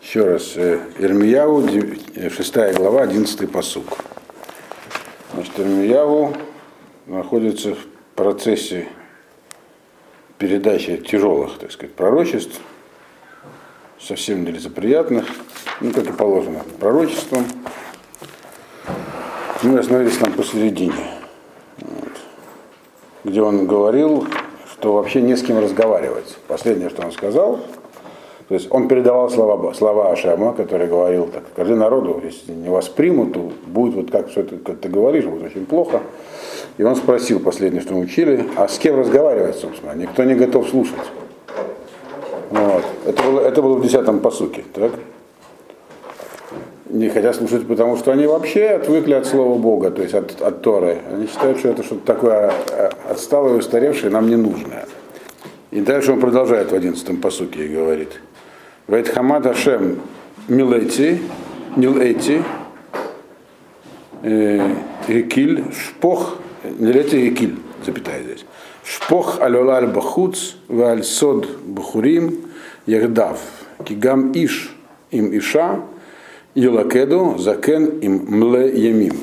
Еще раз, Ирмияу, 6 глава, 11 пасук. Значит, Ирмияу находится в процессе передачи тяжелых, так сказать, пророчеств, совсем нелицеприятных, как и положено пророчеством. Мы остановились там посередине, где он говорил, что вообще не с кем разговаривать. Последнее, что он сказал, то есть он передавал слова Ашема, который говорил так: скажи народу, если не воспримут, то будет вот как, как ты говоришь, будет очень плохо. И он спросил последнее, что мы учили, а с кем разговаривать, собственно? Никто не готов слушать. Вот. Это было в 10-м пасуке, так? Не хотят слушать, потому что они вообще отвыкли от слова Бога, то есть от Торы. Они считают, что это что-то такое отсталое, устаревшее, нам не нужное. И дальше он продолжает в 11-м пасуке и говорит: Вейт хамад Ашем милэти, гекиль, шпох, милэти гекиль, запятая здесь. Шпох аль-олаль бахуц, валь сод бахурим, яхдав, кигам иш им иша, Елакеду, закен им мле ямим.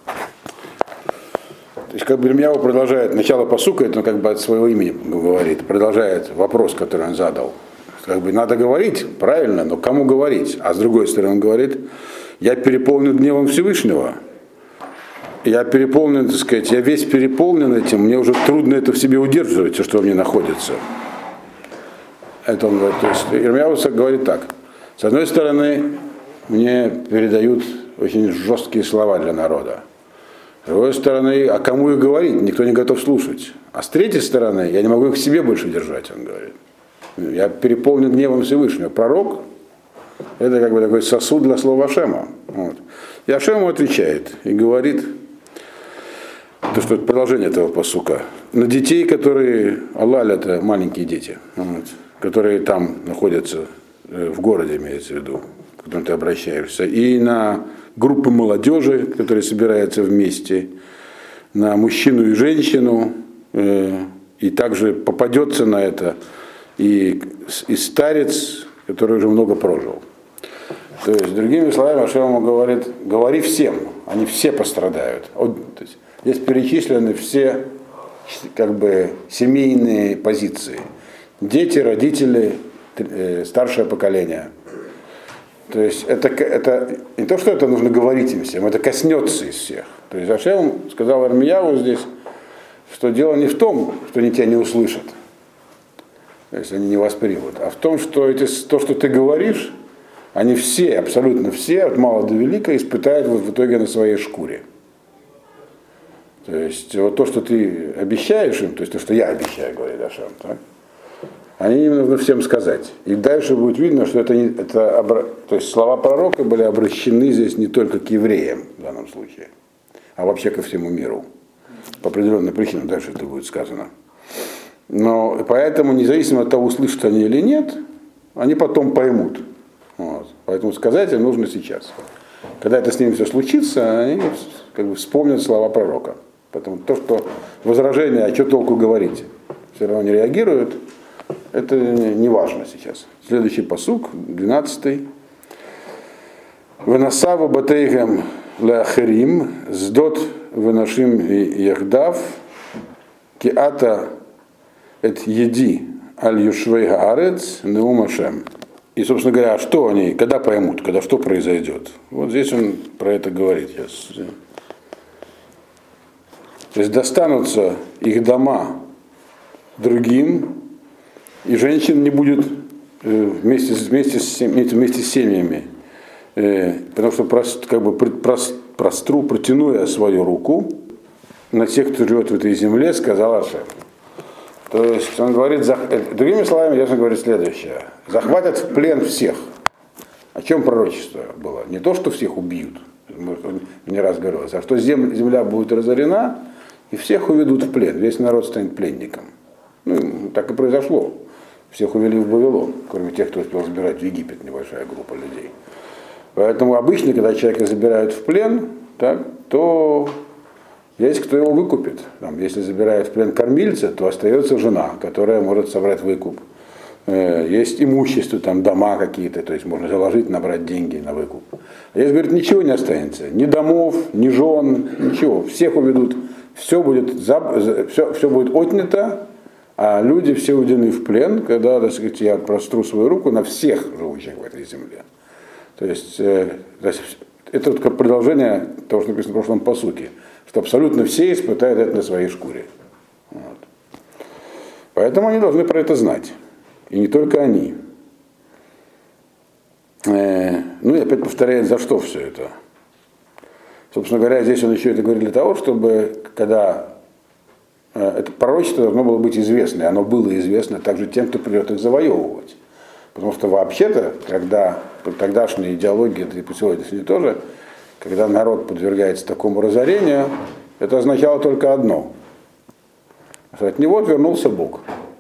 То есть, как бы Ирмияу продолжает, начало пасука, это он как бы от своего имени говорит, продолжает вопрос, который он задал. Как бы надо говорить, правильно, но кому говорить? А с другой стороны он говорит: я переполнен гневом Всевышнего. Я переполнен, так сказать, я весь переполнен этим, мне уже трудно это в себе удерживать, все, что во мне находится. Это он говорит, то есть Ирмияу говорит так: с одной стороны, мне передают очень жесткие слова для народа. С другой стороны, а кому их говорить? Никто не готов слушать. А с третьей стороны, я не могу их в себе больше держать, он говорит. Я переполнен гневом Всевышнего. Пророк — это как бы такой сосуд для слова Ашема. Вот. И Ашем ему отвечает и говорит, то, что это продолжение этого пасука, на детей, которые, Аллаль — это маленькие дети, вот, которые там находятся, в городе имеется в виду, к которым ты обращаешься, и на группы молодежи, которые собираются вместе, на мужчину и женщину, и также попадется на это и старец, который уже много прожил. То есть, другими словами, Ашем ему говорит: говори всем, они все пострадают. Вот, то есть, здесь перечислены все как бы семейные позиции. Дети, родители, старшее поколение. То есть это не то, что это нужно говорить им всем, это коснется из всех. То есть Ашем сказал Ирмияу здесь, что дело не в том, что они тебя не услышат, если они не воспримут, а в том, что то, что ты говоришь, они все, абсолютно все, от мала до велика, испытают вот в итоге на своей шкуре. То есть вот то, что ты обещаешь им, то есть то, что я обещаю, говорит Ашем, так? Они им нужно всем сказать. И дальше будет видно, что то есть слова пророка были обращены здесь не только к евреям в данном случае, а вообще ко всему миру. По определенной причине дальше это будет сказано. Но поэтому, независимо от того, услышат они или нет, они потом поймут. Вот. Поэтому сказать им нужно сейчас. Когда это с ними все случится, они как бы вспомнят слова пророка. Поэтому то, что возражение, а что толку говорить, все равно не реагируют, это не важно сейчас. Следующий пасук, 12-й. Венасаву батейгем леахерим, сдот венашим яхдав, киата эт еди аль юшвей гаарец неум Ашем. И, собственно говоря, что они, когда поймут, когда что произойдет. Вот здесь он про это говорит. То есть достанутся их дома другим, и женщин не будет вместе с семьями, потому что протяну я свою руку на тех, кто живет в этой земле, сказал Ашем. То есть он говорит, другими словами, ясно говорит следующее: захватят в плен всех. О чем пророчество было? Не то, что всех убьют, не раз говорилось, а что земля будет разорена, и всех уведут в плен, весь народ станет пленником. Ну, так и произошло. Всех увели в Вавилон, кроме тех, кто успел забирать в Египет, небольшая группа людей. Поэтому обычно, когда человека забирают в плен, так, то есть кто его выкупит. Там, если забирают в плен кормильца, то остается жена, которая может собрать выкуп. есть имущество, там дома какие-то, то есть можно заложить, набрать деньги на выкуп. А здесь, говорит, ничего не останется, ни домов, ни жен, ничего, всех уведут, все будет отнято, а люди все уведены в плен, когда, так сказать, я простру свою руку на всех живущих в этой земле. То есть это только продолжение того, что написано в прошлом пасуке, что абсолютно все испытают это на своей шкуре. Вот. Поэтому они должны про это знать. И не только они. Ну и опять повторяет, за что все это. Собственно говоря, здесь он еще это говорит для того, чтобы, когда это пророчество должно было быть известно, и оно было известно также тем, кто придет их завоевывать. Потому что вообще-то, когда тогдашняя идеология, да и по сегодняшней тоже, когда народ подвергается такому разорению, это означало только одно. Что от него отвернулся Бог.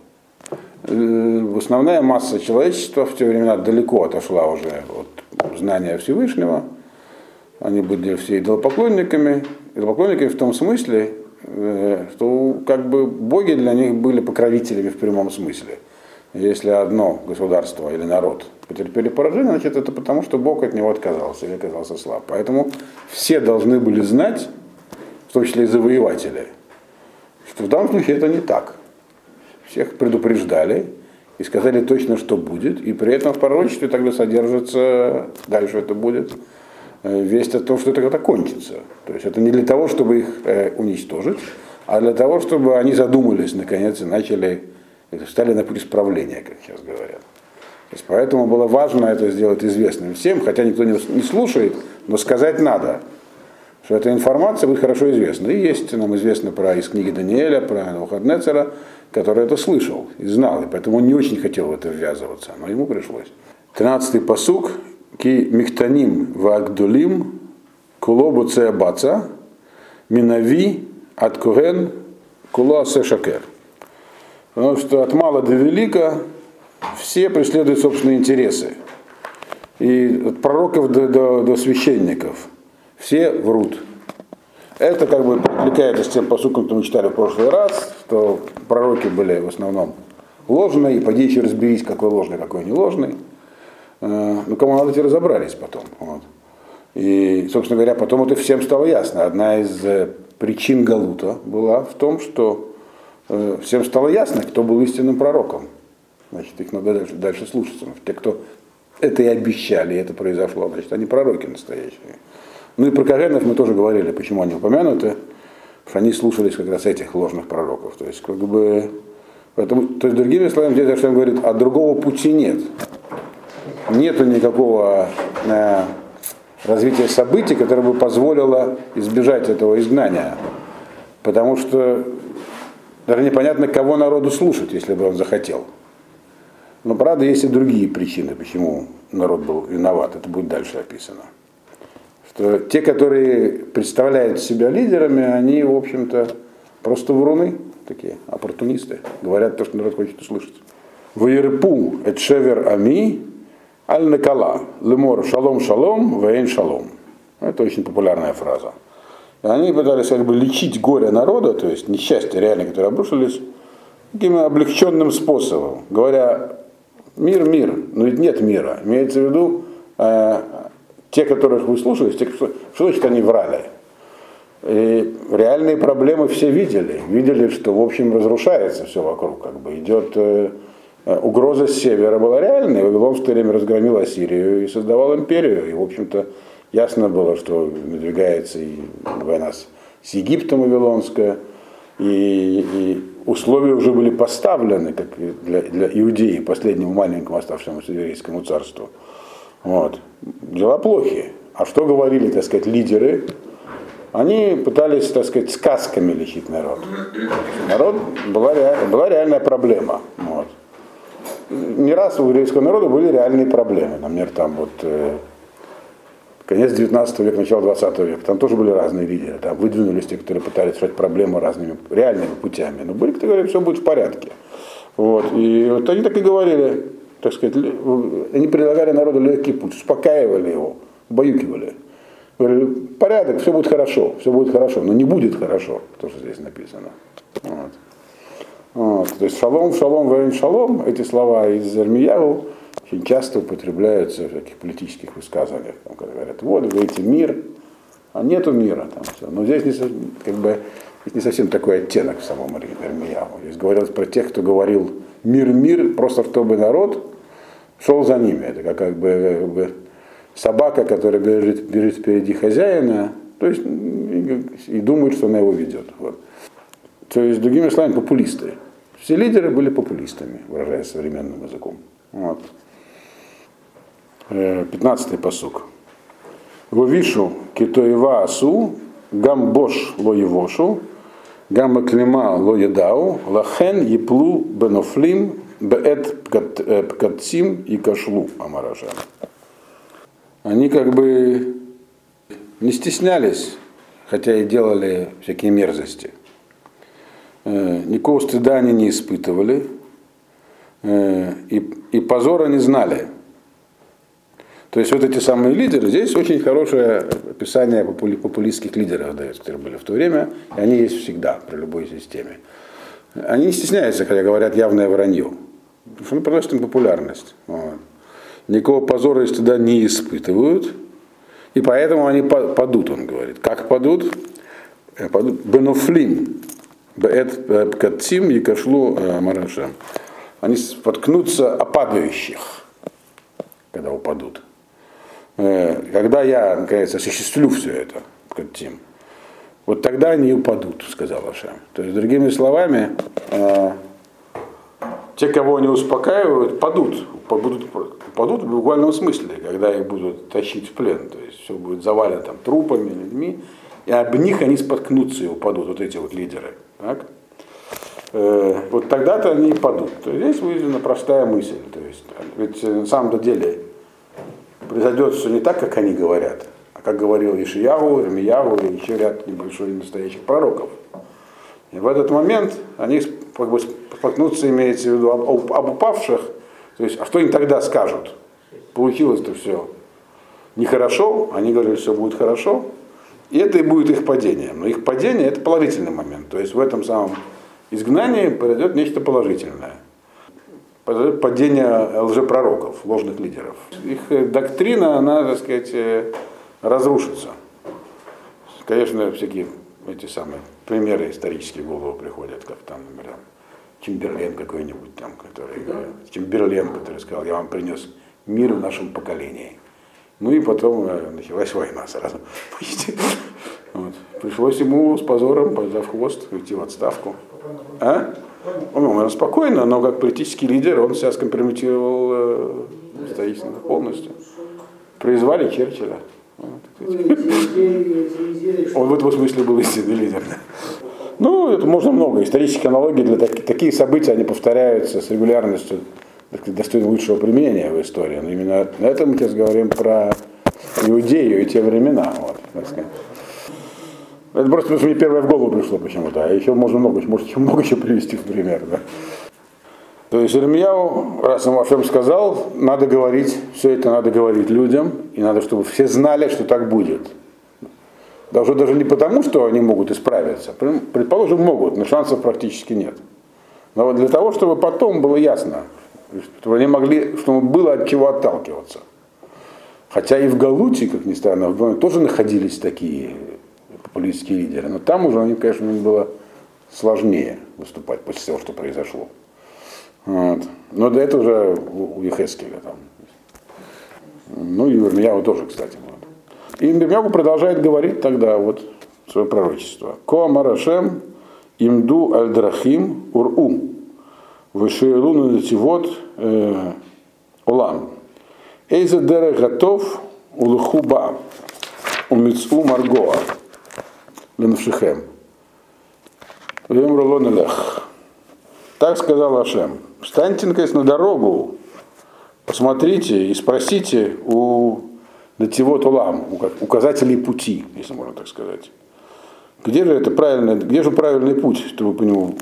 Основная масса человечества в те времена далеко отошла уже от знания Всевышнего. Они были все идолопоклонниками в том смысле, что как бы боги для них были покровителями в прямом смысле. Если одно государство или народ потерпели поражение, значит это потому, что Бог от него отказался или оказался слаб. Поэтому все должны были знать, в том числе и завоеватели, что в данном случае это не так. Всех предупреждали и сказали точно, что будет, и при этом в пророчестве тогда содержится, дальше это будет, весть о том, что это когда кончится. То есть это не для того, чтобы их уничтожить, а для того, чтобы они задумались наконец и стали на путь исправления, как сейчас говорят. То есть поэтому было важно это сделать известным всем, хотя никто не слушает, но сказать надо, что эта информация будет хорошо известна. И есть нам известно из книги Даниэля, про Навуходоносора, который это слышал и знал, и поэтому он не очень хотел в это ввязываться, но ему пришлось. 13-й пасук. Ки михтаним вагдулим кулобу цеабаца минави от коген куло сешакер. Потому что от мала до велика все преследуют собственные интересы. И от пророков до священников все врут. Это как бы перекликается с тем пасуком, который мы читали в прошлый раз, что пророки были в основном ложные, и поди еще разберись, какой ложный, какой не ложный. Ну, кому надо, те разобрались потом. Вот. И, собственно говоря, потом это всем стало ясно. Одна из причин Галута была в том, что всем стало ясно, кто был истинным пророком. Значит, их надо дальше слушаться. Те, кто это и обещали, и это произошло, значит, они пророки настоящие. Ну и про Когенов мы тоже говорили, почему они упомянуты, потому что они слушались как раз этих ложных пророков. То есть, как бы, поэтому, то есть другими словами, здесь Ашем говорит, а другого пути нет. Нету никакого развития событий, которое бы позволило избежать этого изгнания. Потому что даже непонятно, кого народу слушать, если бы он захотел. Но правда, есть и другие причины, почему народ был виноват. Это будет дальше описано. Что те, которые представляют себя лидерами, они, в общем-то, просто вруны, такие оппортунисты. Говорят то, что народ хочет услышать. Ваерпу эт шевер ами аль-накала, лемор шалом шалом, вейн шалом. Это очень популярная фраза. И они пытались как бы лечить горе народа, то есть несчастья реально, которые обрушились, таким облегченным способом. Говоря, мир, но ведь нет мира. Имеется в виду, те, которых вы слушались, что значит они врали. И реальные проблемы все видели, что в общем разрушается все вокруг, как бы идет угроза с севера была реальной. Вавилон в то время разгромил Ассирию и создавал империю. И, в общем-то, ясно было, что надвигается и война с Египтом вавилонская. И условия уже были поставлены, как для Иудеи, последнему маленькому оставшемуся еврейскому царству. Вот. Дела плохи. А что говорили, так сказать, лидеры? Они пытались, так сказать, сказками лечить народ. Народ была реальная проблема. Вот. Не раз у еврейского народа были реальные проблемы. Например, там вот конец 19 века, начало 20 века, там тоже были разные лидеры. Там выдвинулись те, которые пытались решать проблемы разными реальными путями. Но были, кто говорили, все будет в порядке. Вот. И вот они так и говорили, так сказать, они предлагали народу легкий путь, успокаивали его, убаюкивали. Говорили, порядок, все будет хорошо, но не будет хорошо, то, что здесь написано. Вот. Вот. То есть шалом, шалом, воин шалом, эти слова из Ирмияу очень часто употребляются в всяких политических высказываниях, там, когда говорят, вот, говорите, мир, а нету мира. Там, все. Но здесь не совсем такой оттенок в самом Ирмияу. Здесь говорилось про тех, кто говорил мир, мир, просто чтобы народ шел за ними. Это как бы собака, которая бежит впереди хозяина, то есть и думает, что она его ведет. Вот. То есть, другими словами, популисты. Все лидеры были популистами, выражаясь современным языком. Вот. 15-й пасук. Вовишу китоева асу, гам бош ло евошу, гам аклима ло едау, лахен еплу бенофлим беэт пкатцим и кашлу амаража. Они как бы не стеснялись, хотя и делали всякие мерзости. Никакого стыда они не испытывали, и позора не знали. То есть вот эти самые лидеры, здесь очень хорошее описание популистских лидеров дается, которые были в то время, и они есть всегда при любой системе. Они не стесняются, когда говорят явное вранье, потому что они приносят им популярность. Вот. Никакого позора и стыда не испытывают, и поэтому они падут, он говорит. Как падут? Падут бенофлим, беэт катцим и кашлу марашем. Они споткнутся о падающих, когда упадут. Когда я, наконец, осуществлю все это, катцим, вот тогда они упадут, сказал Ашем. То есть, другими словами, те, кого они успокаивают, падут в буквальном смысле, когда их будут тащить в плен. То есть все будет завалено там трупами, людьми, и об них они споткнутся и упадут, вот эти вот лидеры. Так? Вот тогда-то они падут. То есть здесь выявлена простая мысль. То есть, ведь на самом деле произойдет все не так, как они говорят, а как говорил Ишиягу, Ирмияу и еще ряд небольшой настоящих пророков. И в этот момент они как бы споткнутся, имеется в виду, об упавших. То есть, а что они тогда скажут? Получилось-то все нехорошо, они говорили, все будет хорошо, и это и будет их падением. Но их падение — это положительный момент. То есть в этом самом изгнании произойдет нечто положительное. Произойдет падение лжепророков, ложных лидеров. Их доктрина, она, так сказать, разрушится. Конечно, всякие эти самые примеры исторические в голову приходят, как там, например, Чемберлен какой-нибудь там, Чемберлен, который сказал, я вам принес мир в нашем поколении. Ну и потом началась война сразу. Вот. Пришлось ему с позором, подав хвост, уйти в отставку. Он спокойно, но как политический лидер он себя скомпрометировал исторически полностью. Призвали Черчилля. Он в этом смысле был истинный лидер. Ну, это можно много. Исторические аналогии для такие события, они повторяются с регулярностью, достойны лучшего применения в истории. Но именно на этом мы сейчас говорим про Иудею и те времена. Вот, так сказать. Это просто потому, что мне первое в голову пришло почему-то. А еще можно много еще привести в пример. Да. То есть Ирмияу, раз ему Ашем сказал, надо говорить, все это надо говорить людям, и надо, чтобы все знали, что так будет. Даже не потому, что они могут исправиться, предположим, могут, но шансов практически нет. Но вот для того, чтобы потом было ясно, чтобы они могли, чтобы было от чего отталкиваться. Хотя и в Галуте, как ни странно, тоже находились такие популистские лидеры, но там уже, конечно, им было сложнее выступать после того, что произошло. Вот. Но до этого уже у Ехескеля там. Ну и у Ирмияу тоже, кстати. Вот. И Ирмияу продолжает говорить тогда вот свое пророчество. Ко марашем имду аль-драхим ур-у вышейлу нативот улам. Эйзе дере готов улхуба умицу маргоа ленавшихем. Вемрулон элех. Так сказал Ашем. Встаньте, наконец, на дорогу, посмотрите и спросите у нативот улам, указателей пути, если можно так сказать. Где же правильный путь, чтобы по нему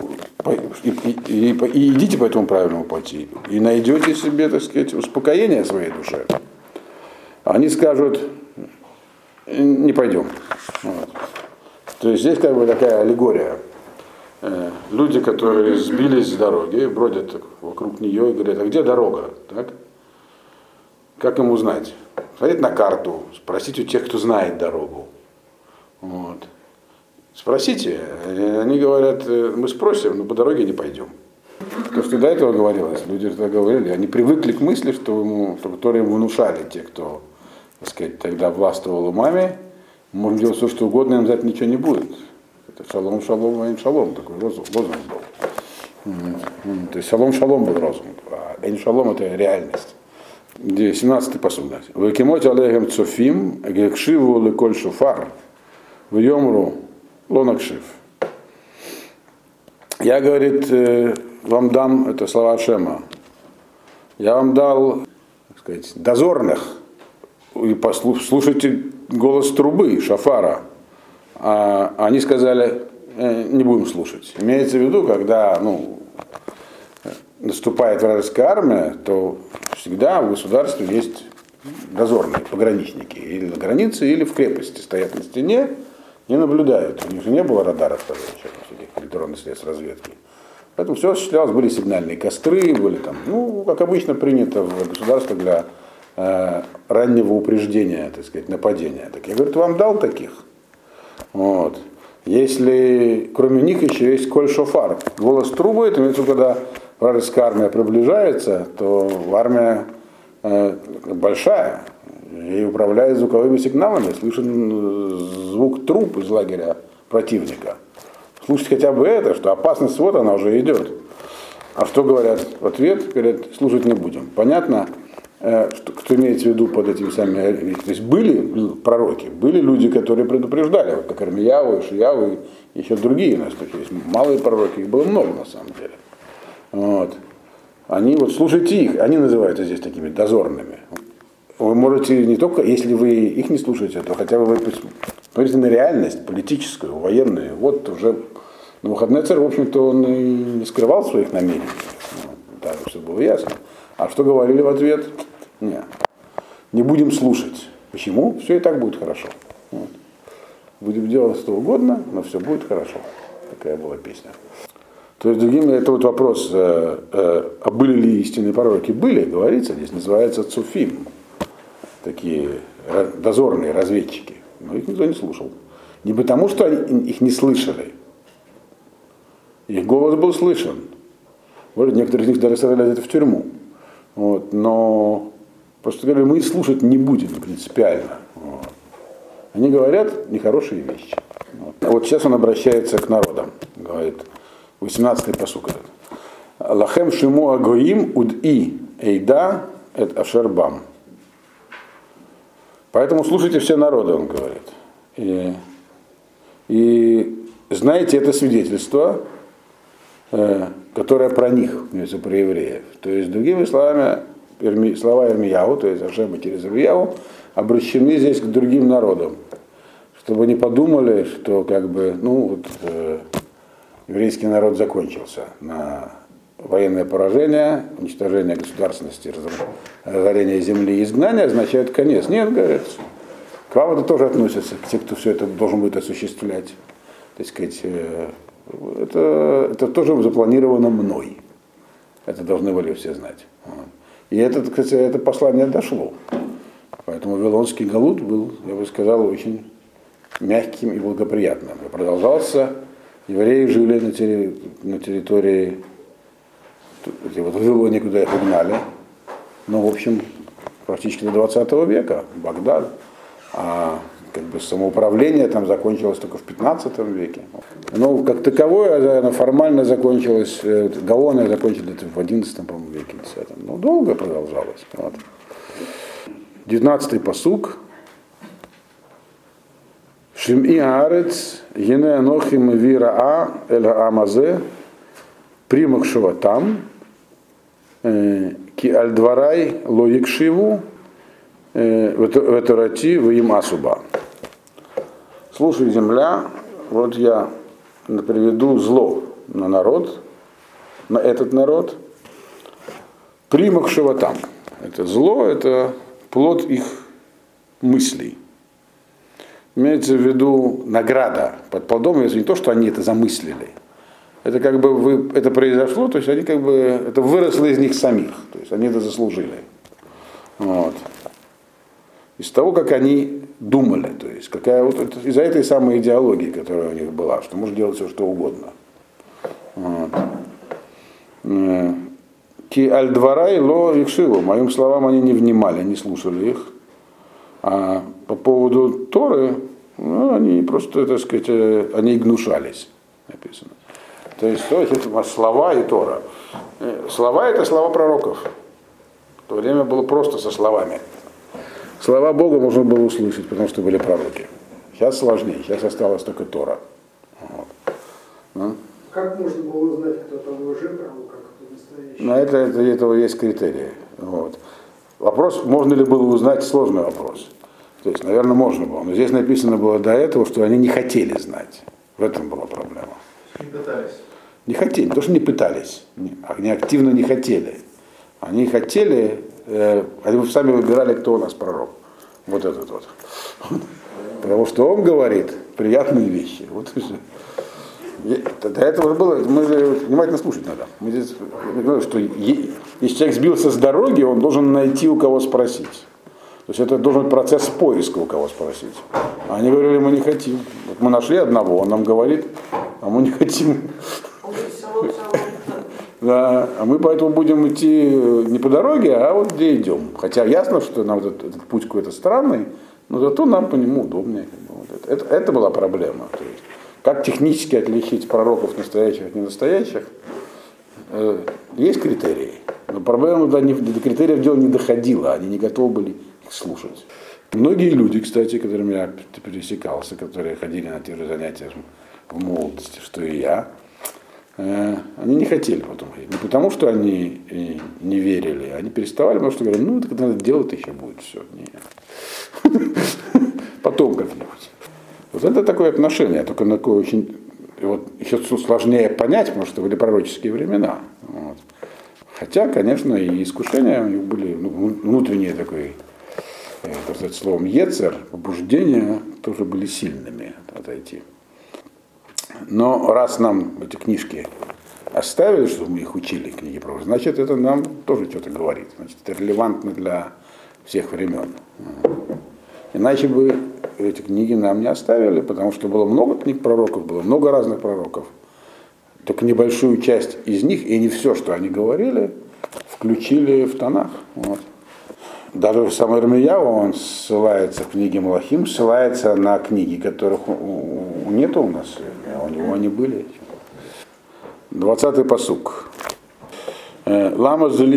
и идите по этому правильному пути, и найдете себе, так сказать, успокоение своей душе. Они скажут, не пойдем. Вот. То есть здесь как бы такая аллегория. люди, которые сбились с дороги, бродят вокруг нее и говорят, а где дорога? Так? Как им узнать? Смотреть на карту, спросить у тех, кто знает дорогу. Вот. Спросите, они говорят, мы спросим, но по дороге не пойдем. То, что до этого говорилось, люди это говорили, они привыкли к мысли, которые им внушали те, кто, так сказать, тогда властвовал умами, можно делать все, что угодно, им за это ничего не будет. Это шалом, шалом, ваин шалом, такой лозунг был. То есть шалом, шалом был лозунг, а эн шалом это реальность. 17-й посуд. Векимоти алейхем цофим, гекшиву леколь шуфар, в йомру лонакшив. Я, говорит, вам дам, это слова Шема, я вам дал, так сказать, дозорных, и послушайте голос трубы, шафара. А они сказали, не будем слушать. Имеется в виду, когда наступает вражеская армия, то всегда в государстве есть дозорные, пограничники. Или на границе, или в крепости стоят на стене и наблюдают. У них же не было радаров тогда, всяких электронных средств разведки. Поэтому все осуществлялось, были сигнальные костры, были там, как обычно принято в государстве для раннего упреждения, так сказать, нападения. Так я, говорю, вам дал таких. Вот. Если кроме них еще есть коль шофар, голос трубы, это имеется в виду, когда вражеская армия приближается, то армия большая и управляет звуковыми сигналами, слышен звук труб из лагеря противника. Слушать хотя бы это, что опасность вот она уже идет. А что говорят в ответ? Говорят, слушать не будем. Понятно, что имеется в виду под этими самыми. То есть были пророки, были люди, которые предупреждали, вот как Ирмияу, Ишияу и еще другие у нас такие есть. Малые пророки, их было много на самом деле. Вот. Они вот слушайте их, они называются здесь такими дозорными. Вы можете не только, если вы их не слушаете, то хотя бы вы посмотрите на реальность политическую, военную. Вот уже Навуходоносор, в общем-то, он и не скрывал своих намерений, так, чтобы было ясно. А что говорили в ответ? Не будем слушать. Почему? Все и так будет хорошо. Вот. Будем делать что угодно, но все будет хорошо. Такая была песня. То есть, другими, это вот вопрос, а были ли истинные пророки? Были, говорится, здесь называется цуфим. Такие дозорные разведчики. Но их никто не слушал. Не потому, что их не слышали. Их голос был слышен. Вот, некоторые из них даже сажали это в тюрьму. Вот, но просто говорили, мы слушать не будем принципиально. Вот. Они говорят нехорошие вещи. Вот сейчас он обращается к народам. Говорит, 18-й пасук этот. Лахем шиму агоим уд-и эйда эт ашербам. Поэтому слушайте все народы, он говорит. И знаете это свидетельство, которое про них, про евреев. То есть, другими словами, слова Ирмияу, то есть Ашема через Ирмияу, обращены здесь к другим народам. Чтобы не подумали, что еврейский народ закончился на военное поражение, уничтожение государственности, разорение земли и изгнание означает конец. Нет, говорят, к вам это тоже относится, к тем, кто все это должен будет осуществлять. Так сказать, это тоже запланировано мной. Это должны были все знать. И это послание дошло. Поэтому Вавилонский галут был, я бы сказал, очень мягким и благоприятным. И продолжался. Евреи жили на территории вот Вавилоне, куда их угнали. В общем, практически до 20 века, Багдад. А самоуправление там закончилось только в 15 веке. Но как таковое, оно формально закончилось, Гаоны закончили в 11 веке, 10. Но долго продолжалось. Вот. 19-й пасук. Шим'i аарец, ене анохим вира а, эль амазе, примак шуватам, ки аль дварай лоик шиву, ветурати в им асуба. Слушай, земля, вот я приведу зло на народ, на этот народ, примак шуватам. Это зло, это плод их мыслей. Имеется в виду награда под плодом, это не то, что они это замыслили, это как бы это произошло, то есть они как бы, это выросло из них самих, то есть они это заслужили. Вот. Из того, как они думали, то есть какая вот из-за этой самой идеологии, которая у них была, что можно делать все, что угодно. Вот. Ки аль-дварай ло икшиву, моим словам они не внимали, не слушали их. А по поводу Торы, ну, они просто, так сказать, они гнушались, написано. То есть это слова и Тора. Слова это слова пророков. В то время было просто со словами. Слова Бога можно было услышать, потому что были пророки. Сейчас сложнее, сейчас осталась только Тора. Вот. Ну? Как можно было узнать, кто там лжепророк, а кто настоящий? На этого есть критерии. Вот. Вопрос, можно ли было узнать, сложный вопрос. То есть, наверное, можно было. Но здесь написано было до этого, что они не хотели знать. В этом была проблема. Не пытались. Не хотели, не то, что не пытались. Они активно не хотели. Они хотели, они сами выбирали, кто у нас пророк. Вот этот вот. Потому что он говорит приятные вещи. Вот и все. До этого было, мы внимательно слушать надо. Мы здесь говорим, что если человек сбился с дороги, он должен найти, у кого спросить. То есть это должен быть процесс поиска, у кого спросить. А они говорили, мы не хотим. Вот мы нашли одного, он нам говорит, а мы не хотим. Да, а мы поэтому будем идти не по дороге, а вот где идем. Хотя ясно, что нам этот путь какой-то странный, но зато нам по нему удобнее. Это была проблема. То есть, как технически отличить пророков настоящих от ненастоящих, есть критерии. Но проблема до критериев дело не доходило, они не готовы были их слушать. Многие люди, кстати, которыми я пересекался, которые ходили на те же занятия в молодости, что и я, они не хотели потом ходить. Не потому, что они не верили, они переставали, потому что говорили, ну, это надо делать еще будет все. Потом как-нибудь. Вот это такое отношение, только такое очень, вот, еще сложнее понять, потому что были пророческие времена. Вот. Хотя, конечно, и искушения у них были, внутренние такой, так сказать, словом ецер, побуждения тоже были сильными отойти. Но раз нам эти книжки оставили, чтобы мы их учили, книги пророков, значит, это нам тоже что-то говорит. Значит, это релевантно для всех времен. Иначе бы эти книги нам не оставили, потому что было много книг пророков, было много разных пророков. Только небольшую часть из них, и не все, что они говорили, включили в Танах. Вот. Даже сам Ирмияу, он ссылается в книге Малахим, ссылается на книги, которых нету у нас, а у него они были. 20-й пасук. Лама зали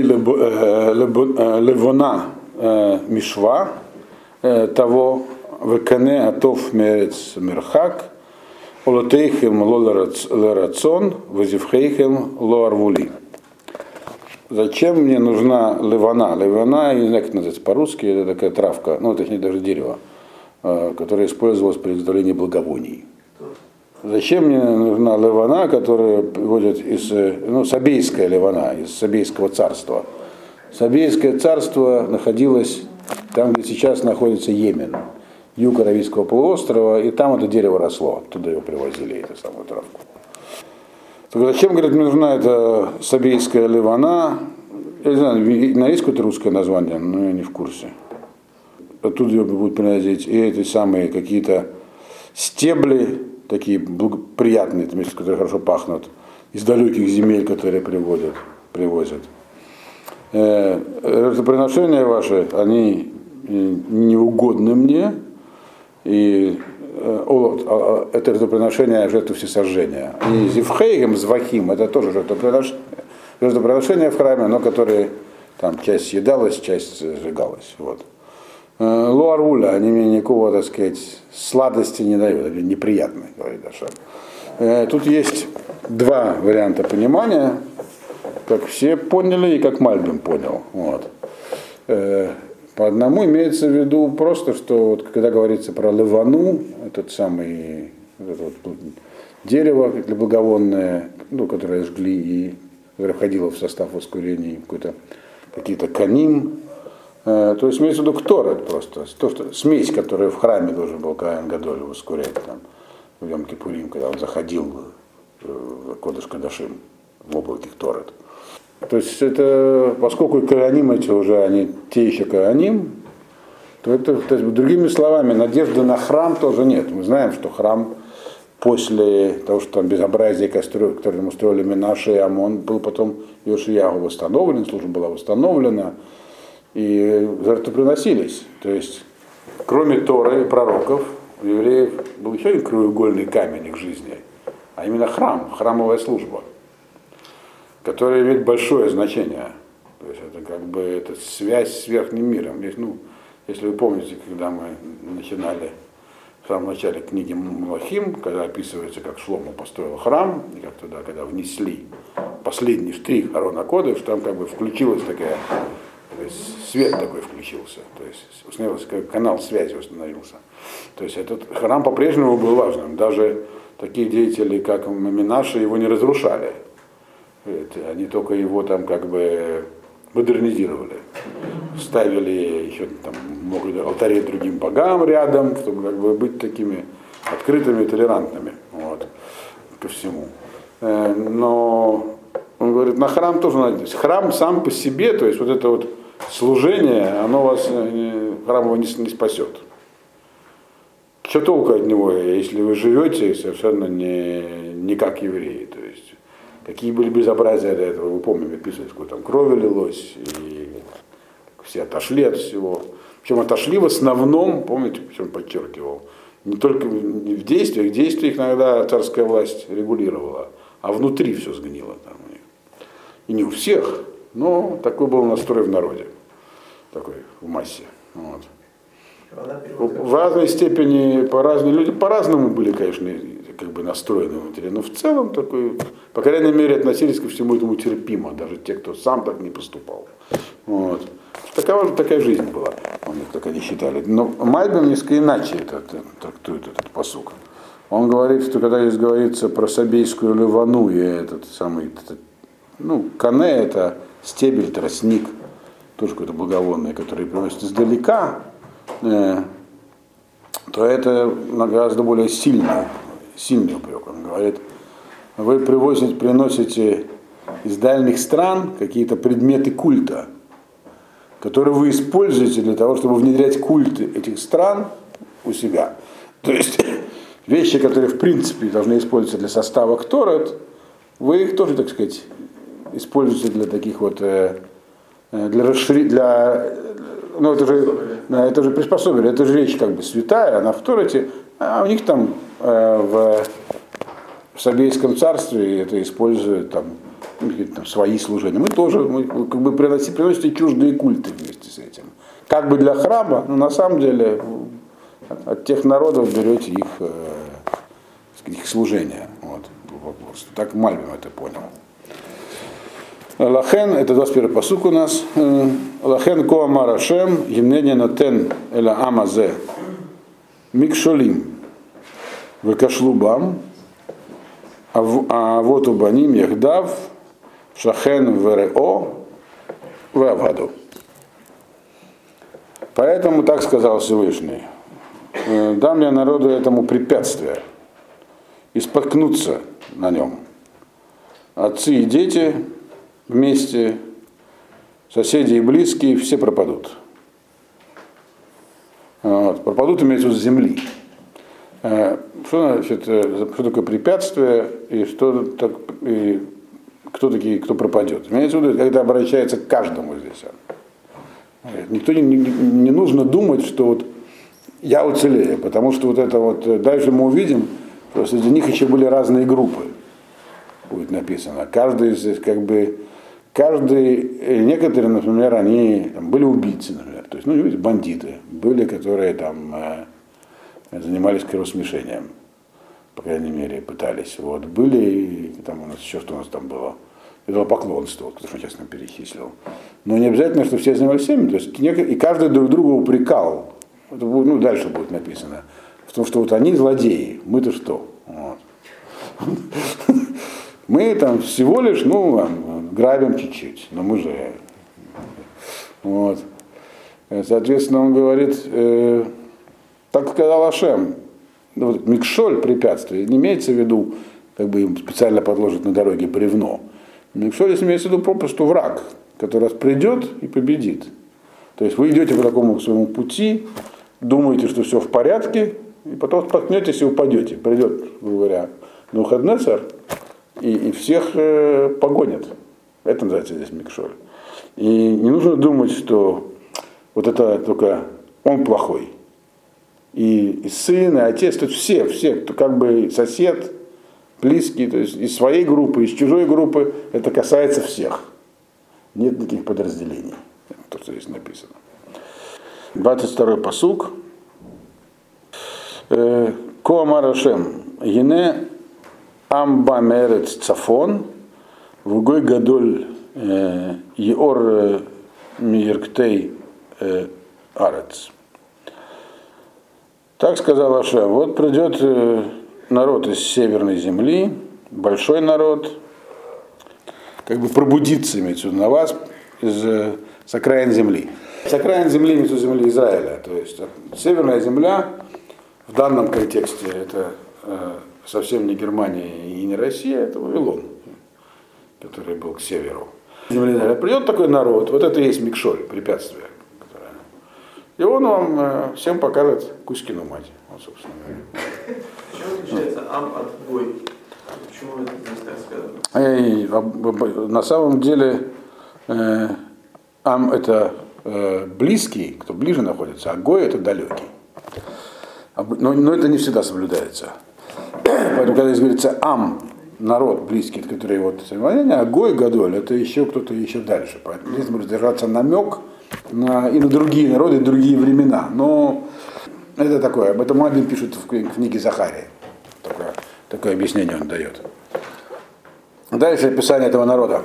левона мишва того векане атов мерец мерхак олотейхем ло лерацон вазивхейхем ло арвули. Зачем мне нужна левана? Левана, я не знаю, как это называется по-русски, это такая травка, ну, точнее, даже дерево, которое использовалось при изготовлении благовоний. Зачем мне нужна левана, которая приводит из, Сабейская левана, из Сабейского царства? Сабейское царство находилось там, где сейчас находится Йемен, юг Аравийского полуострова, и там это дерево росло, оттуда его привозили, эту самую травку. Зачем, говорит, мне нужна эта Сабейская левана? Я не знаю, есть какое-то русское название, но я не в курсе. Оттуда ее будут приносить и эти самые какие-то стебли, такие приятные, которые хорошо пахнут, из далеких земель, которые привозят. Жертвоприношения ваши, они неугодны мне, и это жертвоприношение жертвы всесожжения. И зивхейгем, звахим, это тоже жертвоприношение в храме, но которые там часть съедалась, часть сжигалась. Вот. Луаруля, они мне никакого, так сказать, сладости не дают, они неприятные, говорит Ашем. Тут есть два варианта понимания, как все поняли и как Мальбим понял. Вот. По одному имеется в виду просто, что вот, когда говорится про левану, это дерево для благовонное, которое жгли и которое входило в состав воскурений, какие-то каним, то есть имеется в виду кторет просто, смесь, которая в храме должен был Коэн Гадоль воскурять там, в Йом Кипурим, когда он заходил Кодеш Кадашим, в облаке Торет. То есть это, поскольку коаним эти уже, они те еще коаним, то это, то есть, другими словами, надежды на храм тоже нет. Мы знаем, что храм после того, что там безобразие, которое устроили Менаше и Амон, был потом Йошияху восстановлен, служба была восстановлена, и жертвы приносились. То есть, кроме Торы и пророков, у евреев был еще один краеугольный камень их жизни, а именно храм, храмовая служба, которая имеет большое значение. То есть это как бы это связь с верхним миром. Ну, если вы помните, когда мы начинали в самом начале книги Малахим, когда описывается, как Шломо построил храм, и как туда, когда внесли последний штрих Арона Кодеш, там как бы включилась такая, то есть свет такой включился, то есть установился как канал связи установился. То есть этот храм по-прежнему был важным. Даже такие деятели, как Менаше, его не разрушали. Они только его там как бы модернизировали. Ставили еще там много алтарей другим богам рядом, чтобы как бы быть такими открытыми и толерантными вот, ко всему. Но он говорит, на храм тоже надеюсь. Храм сам по себе, то есть вот это вот служение, оно вас, храм его не спасет. Что толку от него, если вы живете совершенно не как евреи? То есть какие были безобразия до этого, вы помните, описывали, сколько там крови лилось, и все отошли от всего. Причем отошли в основном, помните, причем подчеркивал, не только в действиях иногда царская власть регулировала, а внутри все сгнило там у них. И не у всех, но такой был настрой в народе, такой в массе. Вот. В разной степени, люди по-разному были, конечно, как бы настроены внутри, но в целом такой, по крайней мере, относились ко всему этому терпимо, даже те, кто сам так не поступал. Вот. Такая жизнь была, как они считали. Но Мальбим несколько иначе трактует этот пасук. Он говорит, что когда здесь говорится про Сабейскую Ливану и кане это стебель, тростник, тоже какое-то благовонное, которое приносит издалека, то это гораздо более сильный упрек. Он говорит, вы приносите из дальних стран какие-то предметы культа, которые вы используете для того, чтобы внедрять культы этих стран у себя. То есть вещи, которые в принципе должны использоваться для состава Кторет, вы их тоже, так сказать, используете для таких вот, это же приспособили, это же вещь как бы святая, она в Торете, а у них там в Сабейском царстве это используют там свои служения. Мы тоже как бы приносите чуждые культы вместе с этим. Как бы для храма, но на самом деле от тех народов берете их служение. Вот. Так Мальбим это понял. Лахен, это 21 пасук у нас. Лахен ко амар Ашем, гимнене нотен эла амазе микшолим векашлубам, а вот убаним яхдав шахен верео ваваду. Поэтому так сказал Всевышний: дам я народу этому препятствие и споткнуться на нем. Отцы и дети вместе, соседи и близкие, все пропадут. Вот. Пропадут, имеется в виду, с земли. Что такое препятствие и кто такие, кто пропадет? Имеется в виду, когда обращается к каждому здесь. Никто не нужно думать, что вот я уцелею, потому что вот это вот, дальше мы увидим, что среди них еще были разные группы, будет написано. Некоторые, например, они там, были убийцы, например, то есть, видите, бандиты, были, которые там занимались кровосмешением, по крайней мере, пытались. Вот. Были, там у нас еще что у нас там было, идолопоклонство, кто что сейчас нам перечислил. Но не обязательно, что все занимались всеми, то есть, и каждый друг друга упрекал. Это будет, дальше будет написано. В том, что вот они злодеи, мы-то что? Вот. Мы там всего лишь, грабим чуть-чуть, но мы же. Вот. Соответственно, он говорит, так сказал Ашем, микшоль, препятствие, не имеется в виду как бы им специально подложат на дороге бревно. Микшоль имеется в виду попросту враг, который придет и победит. То есть вы идете по такому своему пути, думаете, что все в порядке, и потом споткнетесь и упадете. Придет, грубо говоря, Навуходоносор и всех погонит. Это называется здесь Микшоль. И не нужно думать, что вот это только он плохой. И сын, и отец, то есть все, кто как бы сосед, близкий, то есть из своей группы, из чужой группы, это касается всех. Нет никаких подразделений. Это то, что здесь написано. 22-й пасук. Коамар Ашем, Ене Амба Мерец Цафон, Вугой Гадоль Еор Мирктей Арец. Так сказал Ашем, вот придет народ из северной земли, большой народ, как бы пробудится, имеется в виду, на вас с окраин земли. С окраин земли имеется в виду земли Израиля, то есть северная земля в данном контексте это совсем не Германия и не Россия, это Вавилон, который был к северу. Придет такой народ, вот это и есть Микшоль, препятствие. И он вам всем покажет Кузькину мать. Вот, собственно говоря. Почему отличается ам от гой? Почему это здесь так сказано? На самом деле ам это близкий, кто ближе находится, а гой это далекий. Но это не всегда соблюдается. Поэтому, когда здесь говорится ам, народ близкий, который вот а гой гадоль, это еще кто-то еще дальше. Поэтому здесь может держаться намек и на другие народы, и другие времена. Но это такое, об этом Мальбим пишет в книге Захарии. Такое объяснение он дает. Дальше описание этого народа.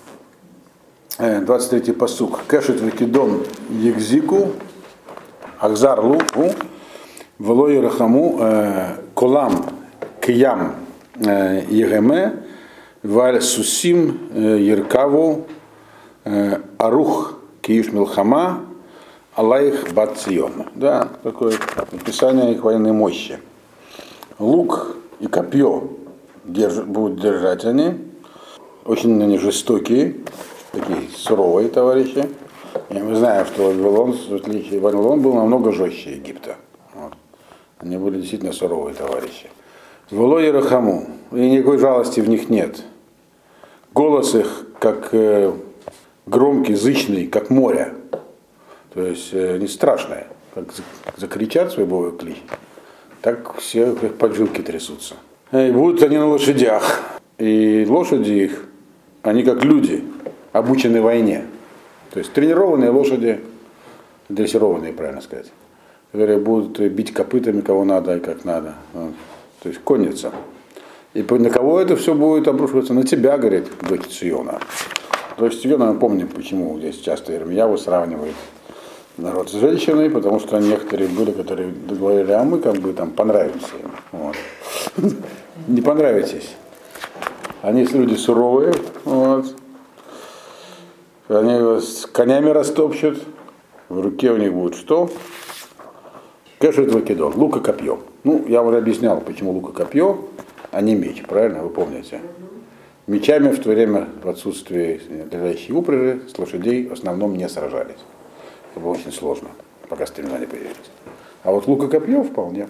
23-й пасук. Кешет векидон егзику, ахзар луку, велой рахаму, колам киям егеме, валь сусим еркаву, арух кииш милхама, алаих бат цион. Да, такое описание их военной мощи. Лук и копье будут держать они. Очень они жестокие, такие суровые товарищи. И мы знаем, что Вавилон был намного жестче Египта. Вот. Они были действительно суровые товарищи. Велой и рахаму, и никакой жалости в них нет. Голос их как громкий, зычный, как море. То есть не страшное. Как закричат свой боевой клич, так все как поджилки трясутся. И будут они на лошадях. И лошади их, они как люди, обученные войне. То есть тренированные лошади, дрессированные, правильно сказать, которые будут бить копытами кого надо и как надо. Вот. То есть конница. И на кого это все будет обрушиваться? На тебя, говорит дочь Циона. Дочь Циона, мы помним, почему здесь часто Ирмияву сравнивает народ с женщиной, потому что некоторые были, которые говорили, а мы как бы там понравимся им. Вот. Не понравитесь. Они люди суровые, вот. Они вас конями растопчут, в руке у них будет что? Кешет вакидон, лук и копье. Ну, я уже объяснял, почему лук и копье, а не меч, правильно, вы помните? Мечами в то время, в отсутствии лежащей упряжи, с лошадей в основном не сражались. Это было очень сложно, пока стремена не появились. А вот лук и копье вполне.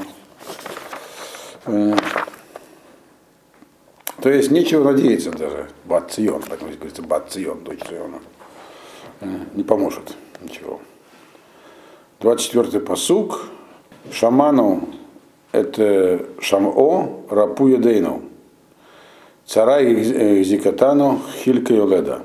Вот. То есть нечего надеяться даже. Бат Цион, поэтому здесь говорится Бат Цион, дочь Циона. Не поможет ничего. 24-й пасук. Шаману это Шам'о Рапу Ядейну. Царай Зикатану Хилька Йоледа.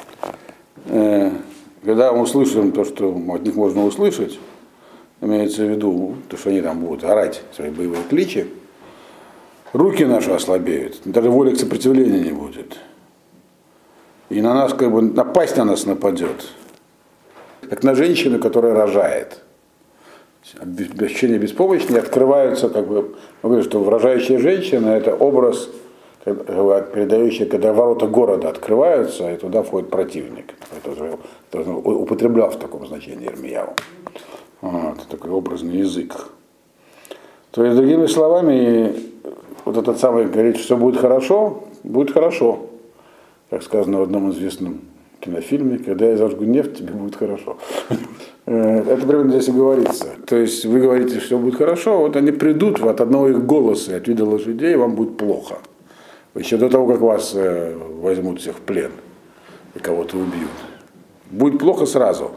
Когда мы услышим то, что от них можно услышать, имеется в виду, то, что они там будут орать свои боевые кличи, руки наши ослабеют, даже воли к сопротивлению не будет. И на нас, как бы, напасть на нас нападет. Как на женщину, которая рожает. Ощущение беспомощности открываются, как бы, мы говорим, что рожающая женщина это образ, передающий, когда ворота города открываются, и туда входит противник. Это употреблял в таком значении Ирмияу. Вот, такой образный язык. То есть, другими словами, вот этот самый говорит, что будет хорошо, как сказано в одном известном кинофильме, когда я зажгу нефть, тебе будет хорошо. Это примерно здесь и говорится. То есть вы говорите, что будет хорошо, вот они придут от одного их голоса, от вида лошадей, и вам будет плохо. Еще до того, как вас возьмут всех в плен и кого-то убьют. Будет плохо сразу.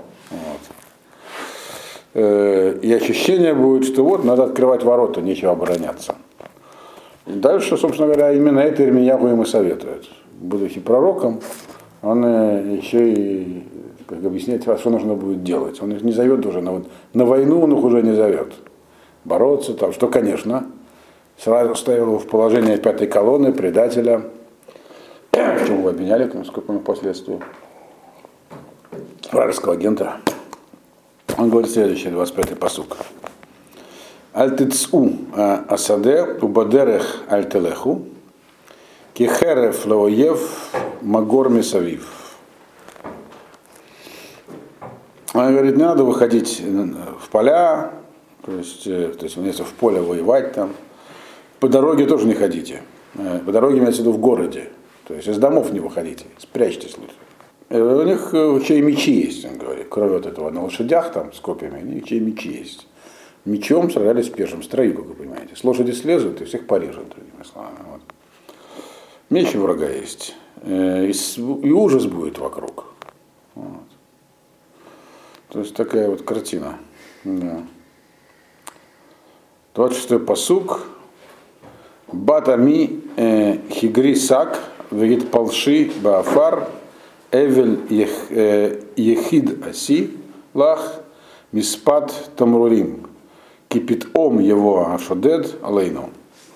Вот. И ощущение будет, что вот надо открывать ворота, нечего обороняться. И дальше, собственно говоря, именно это Ирмияху им и советует. Будучи пророком, он еще и как объясняет, что нужно будет делать. Он их не зовет уже на войну, он их уже не зовет. Бороться там, что, конечно, сразу ставил его в положение пятой колонны, предателя, в чем его обвиняли, насколько помню, впоследствии, вражеского агента. Он говорит следующий, 25-й пасук. Аль-тицу асаде убадерех аль-телеху кихерев лаоев магор мисавив. Он говорит, не надо выходить в поля, то есть если в поле воевать там. По дороге тоже не ходите. По дороге имеется в виду в городе. То есть из домов не выходите, спрячьтесь лучше. У них еще и мечи есть, он говорит. Кроме вот этого на лошадях там с копьями, у них еще и мечи есть. Мечом сражались в пешем строю, как вы понимаете. С лошади слезут и всех порежут, другими словами. Вот. Меч у врага есть. И ужас будет вокруг. Вот. То есть такая вот картина. Да. 26-й пасук. Батами хигри сак вегит палши баафар эвель ехид аси лах миспат тамрурим кипит ом его ашодед алейну.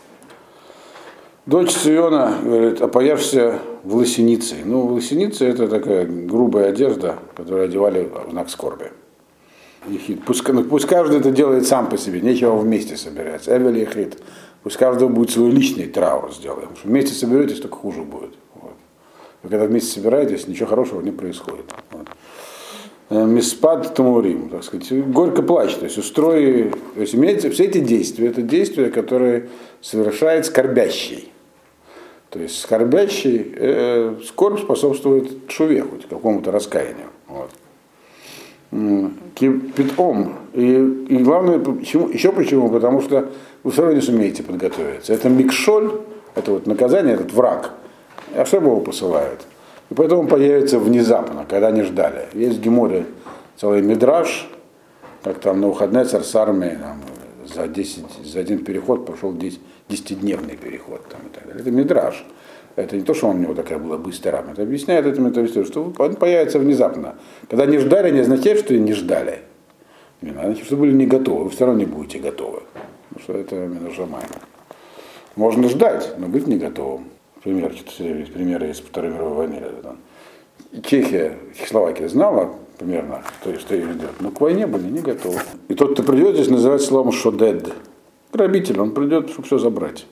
Дочь Сиона говорит, опояшься в лосенице. Ну, лосеница это такая грубая одежда, которую одевали в знак скорби. Ехид. Пусть каждый это делает сам по себе, нечего вместе собираться. Эвель ехид. Пусть каждый будет свой личный траур сделаем. Потому что вместе соберетесь, только хуже будет. Вот. Вы когда вместе собираетесь, ничего хорошего не происходит. Вот. Миспад тамурим, так сказать, горько плач, то есть устрои, то есть имеется все эти действия, это действия, которые совершает скорбящий. То есть скорбящий, скорбь способствует шуве, хоть какому-то раскаянию. Вот. Питом. И главное, почему, еще почему? Потому что вы все равно не сумеете подготовиться. Это микшоль, это вот наказание, этот враг. Ашем его посылает. И поэтому он появится внезапно, когда не ждали. Есть в Геморе целый мидраж, как там Навуходоносор с армией за один переход прошел 10-дневный переход. Там, и так далее. Это мидраж. Это не то, что у него такая была быстрая армия. Это объясняет этим историю, что он появится внезапно. Когда не ждали, не означает, что и не ждали. Значит, что были не готовы. Вы все равно не будете готовы. Потому что это нажимаемо. Можно ждать, но быть не готовым. Примеры из Второй мировой войны. Чехия, Чехословакия знала примерно, что их ждет, но к войне были не готовы. И тот, кто придет, здесь называется словом шодед. Грабитель, он придет, чтобы все забрать.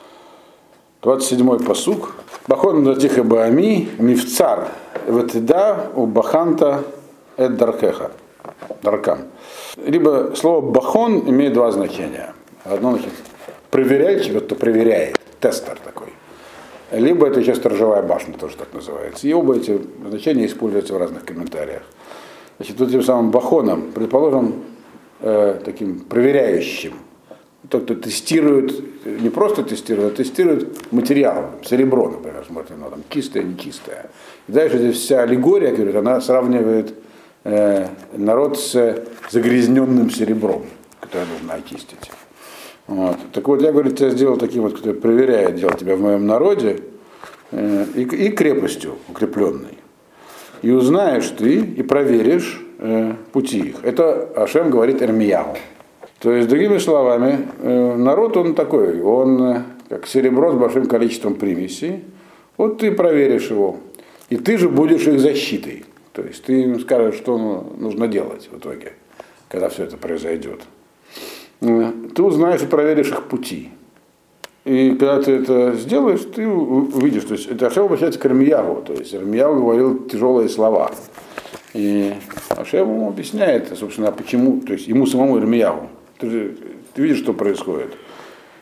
27-й пасук. Бахон датиха баами мифцар ветида у баханта эд даркеха. Даркам. Либо слово бахон имеет два значения. Одно значит проверяющий, кто проверяет, тестер такой. Либо это еще сторожевая башня, тоже так называется. И оба эти значения используются в разных комментариях. Значит, вот тем самым бахоном, предположим, таким проверяющим. Тот, кто тестирует, не просто тестирует, а тестирует материал, серебро, например, смотрим, там чистое, нечистое. И дальше здесь вся аллегория, говорит, она сравнивает народ с загрязненным серебром, которое нужно очистить. Вот. Так вот, я, говорит, тебя сделал таким вот, который проверяет, делал тебя в моем народе, и крепостью укрепленной. И узнаешь ты, и проверишь пути их. Это Ашем говорит Ирмияху. То есть, другими словами, народ он такой, он как серебро с большим количеством примесей. Вот ты проверишь его, и ты же будешь их защитой. То есть ты им скажешь, что нужно делать в итоге, когда все это произойдет. Ты узнаешь и проверишь их пути. И когда ты это сделаешь, ты увидишь. То есть это Ашем обращается к Ирмияху. То есть Ирмияху говорил тяжелые слова. И Ашем ему объясняет, собственно, почему, то есть ему самому Ирмияху. Ты видишь, что происходит.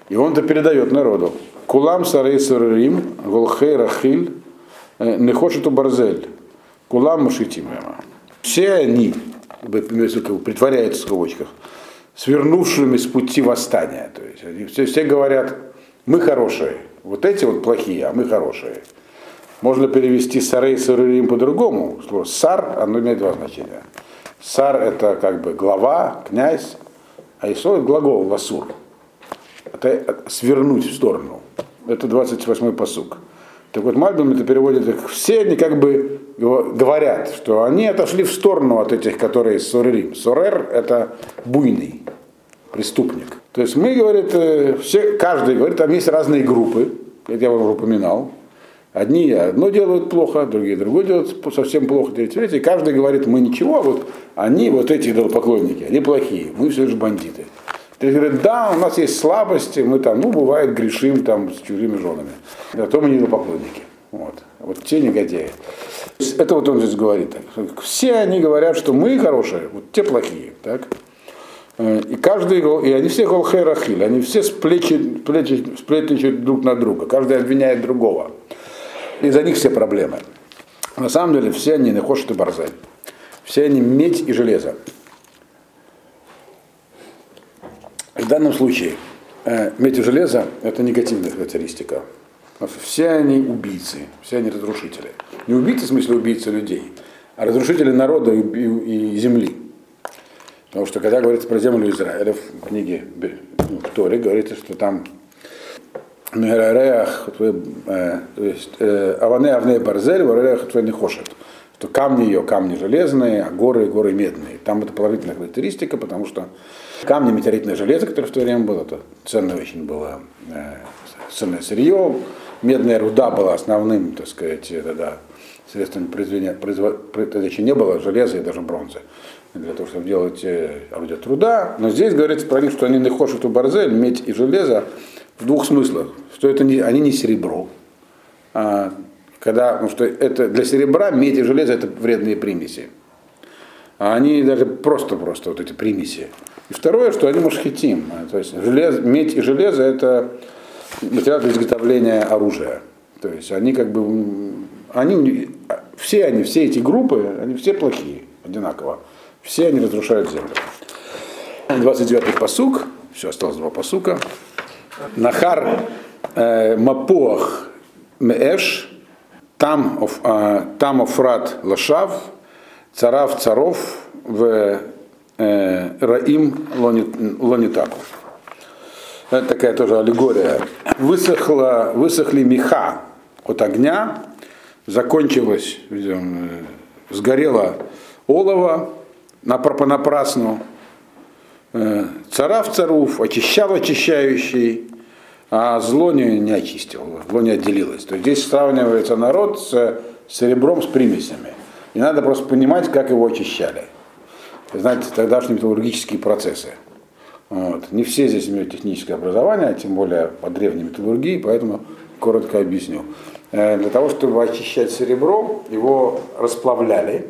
И он-то передает народу. Кулам сарей сарарим, голхей рахиль, нехошету барзель, кулам мушитим. Все они, притворяются в кавычках, свернувшими с пути восстания. То есть они все говорят, мы хорошие, вот эти вот плохие, а мы хорошие. Можно перевести сарей сарарим по-другому. Слово сар, оно имеет два значения. Сар это как бы глава, князь, а исо глагол ласур. Это свернуть в сторону. Это 28-й пасук. Так вот, Мальбим это переводит их, все они как бы говорят, что они отошли в сторону от этих, которые сорерим. Сорер это буйный преступник. То есть мы, говорит, каждый говорит, там есть разные группы, это я вам уже упоминал. Одни одно делают плохо, другие другое делают совсем плохо, третий. Каждый говорит, мы ничего, вот они, вот эти идолопоклонники, они плохие, мы все же бандиты. Ты говоришь, да, у нас есть слабости, мы там, бывает, грешим там с чужими женами. Зато мы не идолопоклонники. Вот те негодяи. Это вот он здесь говорит. Так. Все они говорят, что мы хорошие, вот те плохие. Так? И каждый, и они все голхей рахиль, они все сплетничают друг на друга. Каждый обвиняет другого. И за них все проблемы. На самом деле все они нехошет и барзель. Все они медь и железо. В данном случае медь и железо это негативная характеристика. Все они убийцы, все они разрушители. Не убийцы в смысле убийцы людей, а разрушители народа и земли. Потому что когда говорится про землю Израиля в книге в Торе, говорится, что там Аване Авне Барзель, Вареах не хошет. Что камни ее камни железные, а горы медные. Там это положительная характеристика, потому что камни метеоритное железо, которое в то время было, это ценное очень было ценное сырье. Медная руда была основным, так сказать, средством произведения. Тогда еще не было железа и даже бронзы для того, чтобы делать орудия труда. Но здесь говорится про них, что они нехошет у барзель, медь и железо в двух смыслах. Что это они не серебро. Потому что это для серебра медь и железо это вредные примеси. А они даже просто вот эти примеси. И второе, что они мушхитим. То есть медь и железо это материал для изготовления оружия. То есть они как бы все эти группы, они все плохие, одинаково. Все они разрушают землю. 29-й пасук, все, осталось два пасука. Нахар мапоах меэш, там офрат лашав, царав царов в раим лонитаку. Это такая тоже аллегория. Высохли меха от огня, закончилось, сгорело олово понапрасну, царав царов, очищал очищающий, а зло не очистил, зло не отделилось. То есть здесь сравнивается народ с серебром с примесями. И надо просто понимать, как его очищали. Знаете, тогдашние металлургические процессы. Вот. Не все здесь имеют техническое образование, тем более по древней металлургии, поэтому коротко объясню. Для того, чтобы очищать серебро, его расплавляли,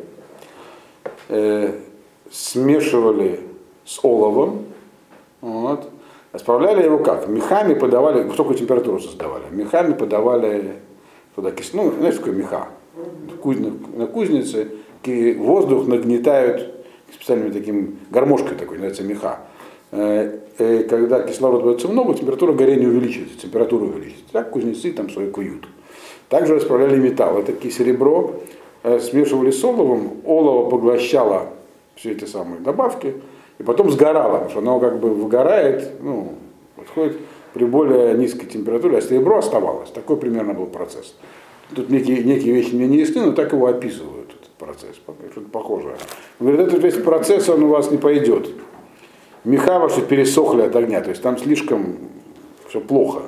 смешивали с оловом, вот. Расплавляли его как? Мехами подавали, высокую температуру создавали. Мехами подавали туда кислоту, знаешь, что такое меха? На кузнице воздух нагнетают специальным таким гармошкой такой, называется меха. И когда кислорода дается много, температура горения увеличивается, температура увеличивается. Так кузнецы там свой куют. Также расплавляли металл. Это серебро смешивали с оловом, олово поглощало все эти самые добавки, и потом сгорало, потому что оно как бы выгорает, подходит при более низкой температуре, а серебро оставалось. Такой примерно был процесс. Тут некие вещи мне не ясны, но так его описывают, этот процесс, что-то похожее. Говорят, этот весь процесс, он у вас не пойдет. Меха ваши пересохли от огня, то есть там слишком все плохо.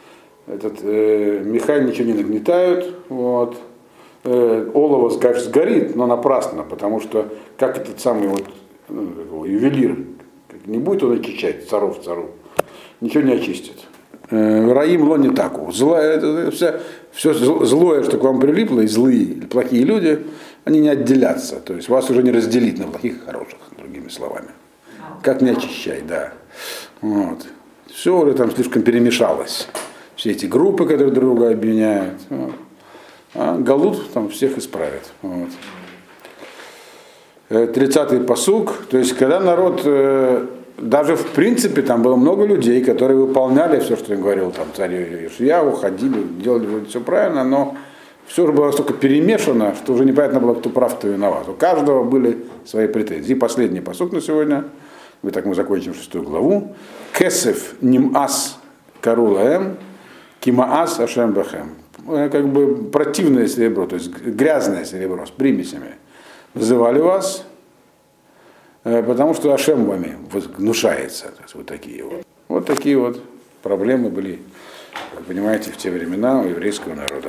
Меха ничего не нагнетают, вот. Олово сгорит, но напрасно, потому что как этот самый ювелир, не будет он очищать царов, ничего не очистит. Раим лони таку. Все злое, что к вам прилипло, и злые, и плохие люди, они не отделятся. То есть вас уже не разделить на плохих и хороших, другими словами. Как не очищай, да. Вот. Все уже там слишком перемешалось. Все эти группы, которые друг друга обвиняют. Вот. А Галут там всех исправит. Вот. 30-й пасук. То есть, когда народ, даже в принципе, там было много людей, которые выполняли все, что им говорил там, царь Йошияу, ходили, делали все правильно, но все уже было настолько перемешано, что уже непонятно было, кто прав, кто виноват. У каждого были свои претензии. И последний пасук на сегодня. Мы закончим 6 главу. Кесев нимас карулаэм, кимаас ашем бахем. Как бы противное серебро, то есть грязное серебро с примесями. Вызывали вас, потому что Ашем вами внушается. То есть вот такие вот проблемы были, как понимаете, в те времена у еврейского народа.